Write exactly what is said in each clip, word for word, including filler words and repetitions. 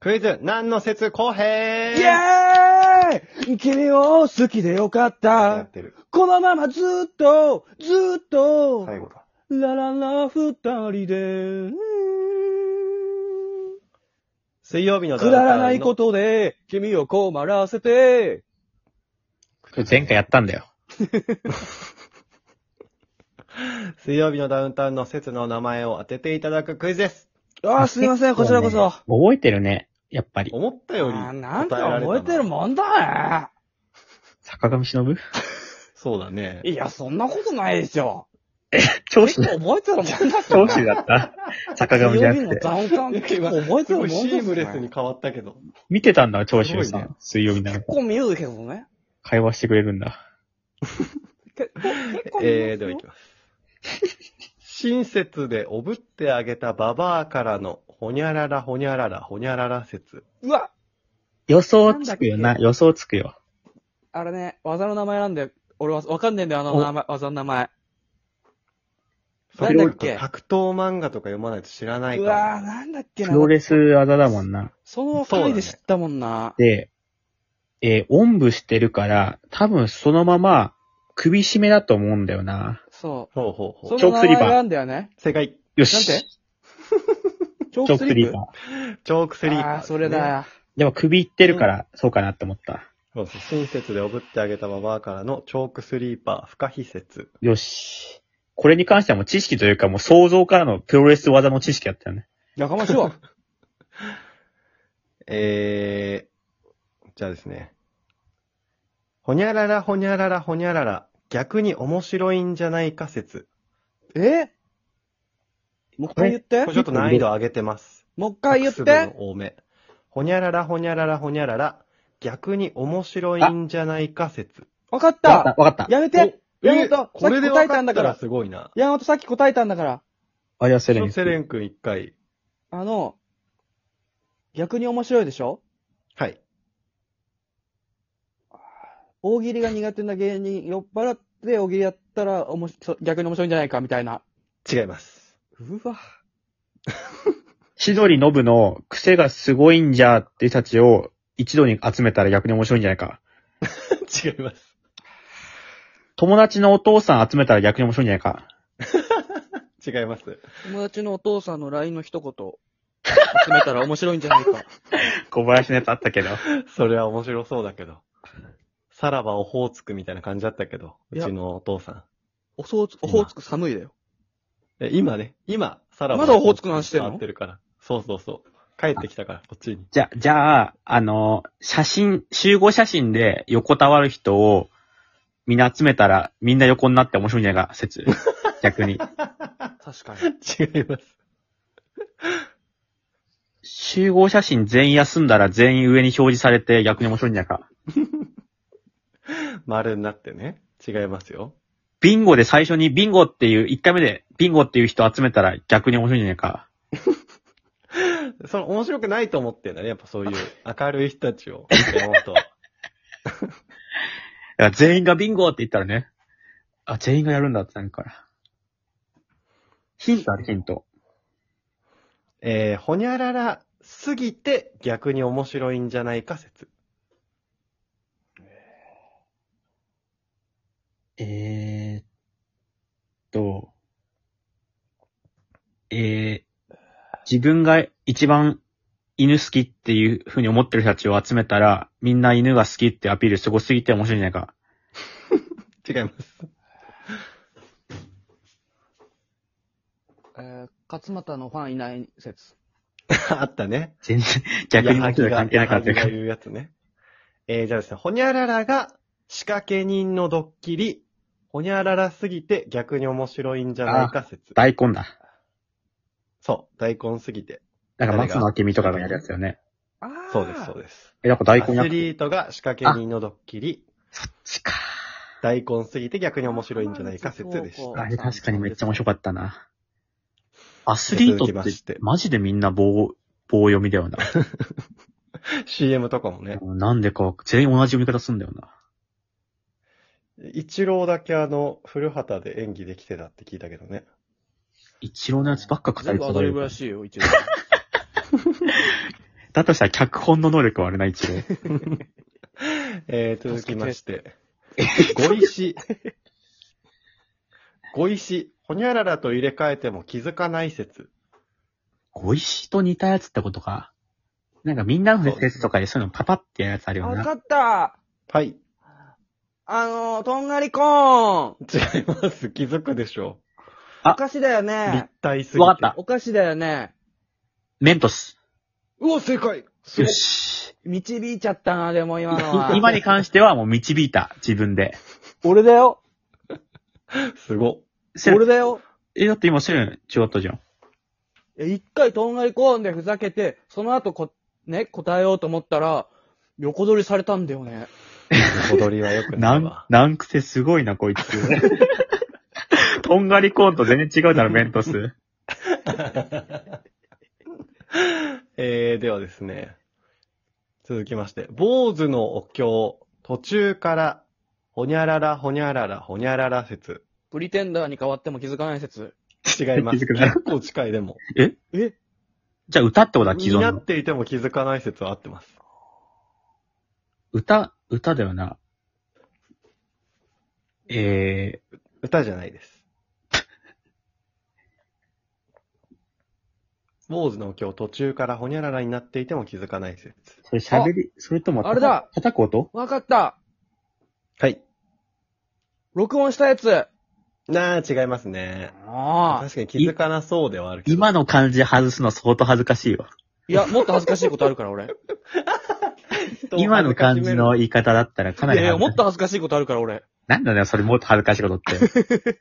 クイズ、何の説公平イエーイ君を好きでよかっやた。 ってる。 このままずっと、ずっと、 最後だ。 ラララ二人で、 水曜日のくだらないのことで、君を困らせて、 これ前回やったんだよ。 水曜日のダウンタウンの説の名前を当てていただくクイズです。 あーすいません、こちらこそ。 覚えてるね。やっぱり。 思ったよりあーなんか答えられたな。 覚えてるもんだ坂上忍そうだね。 ね。いや、そんなことないでしょ。 長州、 結構覚えてるもんだっ長州だった坂上じゃなくて。 ダウンタウン結構覚えてるもんですね。 すごいシームレスに変わったけど。 見てたんだ、長州さすごいねん。水曜日なの結。構見るけどね。 会話してくれるんだ。 結構、結構見ますよ。 えー、では行きます。親切でおぶってあげたババアからの、ほにゃららほにゃららほにゃらら説。 うわ予想つくよな、 なんだっけ予想つくよ。 あれね、技の名前なんだよ。俺はわかんねえんだよ、あの名前、技の名前。 そなんだっけ格闘漫画とか読まないと知らないうかわー、なんだっけな。 プロレス技だもんな。 その二人で知ったもんな。 で、えー、おんぶしてるから、多分そのまま首絞めだと思うんだよな。 そほうほうう。 ほう。 その名前があるんだよね。 正解。 よし。 なんてチョーチョーククスリープスリーパー。 チョークスリーパー、 あー、それだ。よ。 でも首いってるから、そうかなって思った。 そうそう。親切でおぶってあげたババアからのチョークスリーパー不可避説。 よし。これに関してはもう知識というかもう想像からのプロレス技の知識だったよね。 やかましいわ。 えー、じゃあですね。ほにゃららほにゃららほにゃらら、逆に面白いんじゃないか説。 えもう一回言ってこれちょっと難易度上げてます。 もう一回言っ画数て分多め。ほにゃららほにゃららほにゃらら、逆に面白いんじゃないか説。 わかっわかったたわかった。 やめてやめとこれでさっき答え分かったらたんだから。 すごいな。 山本さっき答えたんだから。 あ、じゃあセレン。 セレン君一回。 あの、逆に面白いでしょはい。 大喜利が苦手な芸人酔っ払って大喜利やったらおもしそ逆に面白いんじゃないかみたいな。 違います。 うわ。 千鳥ノブの癖がすごいんじゃっていう人たちを一度に集めたら逆に面白いんじゃないか。 違います。 友達のお父さん集めたら逆に面白いんじゃないか。 違います。 友達のお父さんの ライン の一言集めたら面白いんじゃないか。 小林のやつあったけど。 それは面白そうだけど。さらばオホーツクみたいな感じだったけど、ういやちのお父さん。 おそうつ、オホーツク寒いだよ。 え今ね、今、さらばまだオホーツクの話してんの回ってるから。そうそうそう。帰ってきたから、こっちに。 じゃ、じゃあ、あの、写真、集合写真で横たわる人をみんな集めたらみんな横になって面白いんじゃないか、説。逆に。 確かに。 違います。 集合写真全員休んだら全員上に表示されて逆に面白いんじゃないか。 丸になってね。違いますよ。 ビンゴで最初にビンゴっていう、いっかいめでビンゴっていう人集めたら逆に面白いんじゃないか。 その面白くないと思ってんだね。やっぱそういう明るい人たちを。山本は。 だから全員がビンゴって言ったらね、あ、全員がやるんだってなるから。ヒントあるヒント。 えー、ほにゃららすぎて逆に面白いんじゃないか説。 えーっと、えー、自分が一番犬好きっていう風に思ってる人たちを集めたら、みんな犬が好きってアピールすごすぎて面白いんじゃないか。 違います。 えー、勝俣のファンいない説。 あったね。 全然、逆に面白い関係なかったか矢作が言うやつね。えー、じゃあですね、ほにゃららが仕掛け人のドッキリ、ほにゃららすぎて逆に面白いんじゃないか説。 大根だ。 そう、大根すぎて。 なんか松野明美とかがやるやつよね。 ああ。 そうです、そうです。 え、なんか大根やっアスリートが仕掛け人のドッキリ、 そっちか。 大根すぎて逆に面白いんじゃないか説でしそうた。 あれ確かにめっちゃ面白かったな。アスリート続きましてってマジでみんな棒、棒読みだよな。 シーエム とかもね。 なんでか全員同じ読み方すんだよな。 一郎だけあの、古畑で演技できてたって聞いたけどね。 一郎のやつばっか語り全部アドリブ継がれるからら。 しいよ、一応。 だとしたら脚本の能力はあるな、一応。 えー、続きまして。ご石。ご石。ほにゃららと入れ替えても気づかない説。 小石と似たやつってことか。なんかみんなの説とかでそういうのパパってやるやつあるよな。 わかったはい。 あのー、とんがりコーン違います。気づくでしょあお菓子だよう。立ね。 体すぎて。 わかったお菓子だよね。 メントス。 うわ、正解すごよい。 し。 導いちゃったな、でも今のは。 今に関してはもう導いた、自分で。 俺だよ。 すご。 俺だよ。 え、だって今セレン違ったじゃん。 え一回とんがりコーンでふざけて、その後こ、ね、答えようと思ったら、横取りされたんだよね。 踊りはよくなないんわ、。 なんくせすごいな、こいつ。とんがりコーンと全然違うだろ、メントス。 えー、ではですね。続きまして。坊主のお経、途中から、ほにゃらら、ほにゃらら、ほにゃらら説。 プリテンダーに変わっても気づかない説。 違います。 気づくな結構近いでも。 えじゃあ歌ってことは既になっ存の。 ていても気づかない説は合ってます。 歌、歌だよな。え歌じゃないです。坊主のお経、途中からほにゃららになっていても気づかない説。 ー、それ喋り、それとも、 あれだ叩く音わかったはい。 録音したやつなあ、違いますね。 ああ。 確かに気づかなそうではあるけど。 今の感じで外すの相当恥ずかしいよ。 いや、もっと恥ずかしいことあるから、俺。い人を今の感じの言い方だったらかなりやいや、 恥ずかしい。 もっと恥ずかしいことあるから、俺。 なんだよ、それもっと恥ずかしいことって。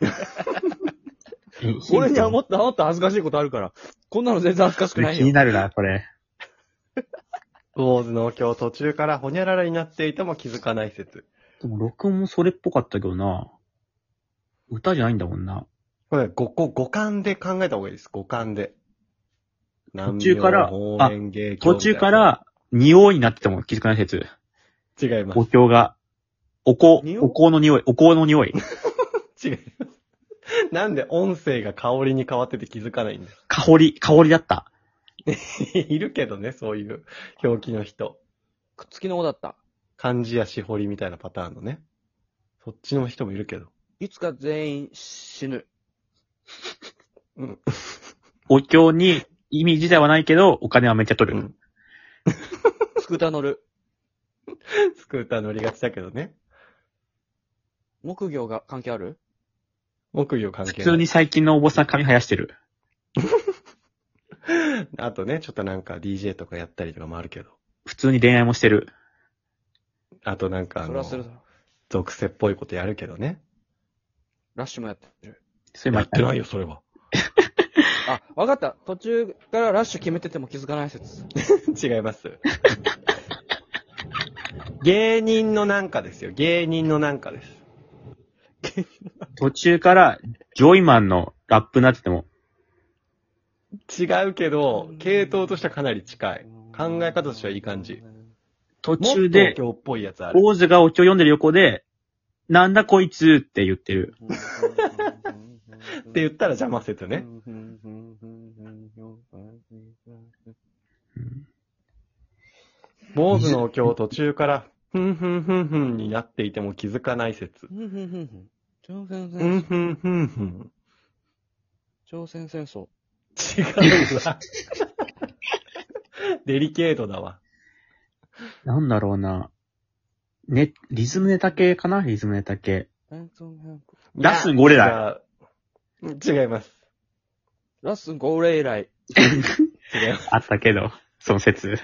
俺にはもっと、もっと恥ずかしいことあるから。こんなの全然恥ずかしくない気によ。 なるな、これ。 坊主のお経、途中からほにゃららになっていても気づかない説。 でも録音もそれっぽかったけどな。歌じゃないんだもんな。 これ、五個、五感で考えた方がいいです。五感で。 途中から南無法蓮華経途中か、ら、匂いになってても気づかない説。 違いますお。経が。お香、 匂いお香の匂い、お香の匂い。 違います。なんで音声が香りに変わってて気づかないんです。 香り、香りだった。 いるけどね、そういう表記の人。 くっつきの方だった。 漢字やしほりみたいなパターンのね。そっちの人もいるけど。 いつか全員死ぬ。 うん。 お経に意味自体はないけど、お金はめっちゃ取る。 うん。 スクーター乗る。 スクーター乗りがちだけどね。 木魚が関係ある木魚関係ない。 普通に最近のお坊さん髪生やしてる。 あとね、ちょっとなんか ディージェー とかやったりとかもあるけど。 普通に恋愛もしてる。 あとなんかあのそれはするだ、ろ。 属性っぽいことやるけどね。 ラッシュもやってる。 それやってないよ、それは。 あ、わかった。途中からラッシュ決めてても気づかない説。 違います。芸人のなんかですよ。芸人のなんかです。 途中から、ジョイマンのラップになってても、 違うけど、系統としてはかなり近い。考え方としてはいい感じ。 途もっと中で、 今日っぽいやつある。 坊主がお経読んでる横で、なんだこいつって言ってる。 って言ったら邪魔説ね。坊主のお経途中から、ふんふんふんふんになっていても気づかない説。 ふんふんふんふん。朝鮮ふん戦争。 ふんふんふん。 朝鮮戦争。 違うわ。デリケートだわ。 なんだろうな。ね、リズムネタ系かなリズムネタ系。ラッスンゴレライ。違います。 ラッスンゴーレイライ。 違います。 あったけど、その説。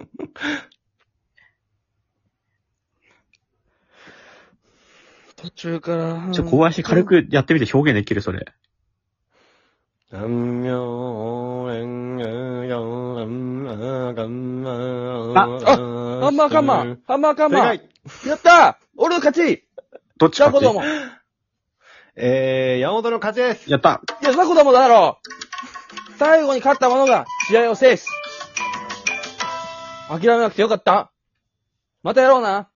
途中から。 ちょ、小林軽くやってみて表現できるそれ。 南無蓮華経南無願ああハンマーカンマーハンマーカンマー正解。 やったー俺の勝ちどっちかってザコどもいえー、山本の勝ちです。 やったや、ザコどもだろ最後に勝った者が試合を制し。諦めなくてよかったまたやろうな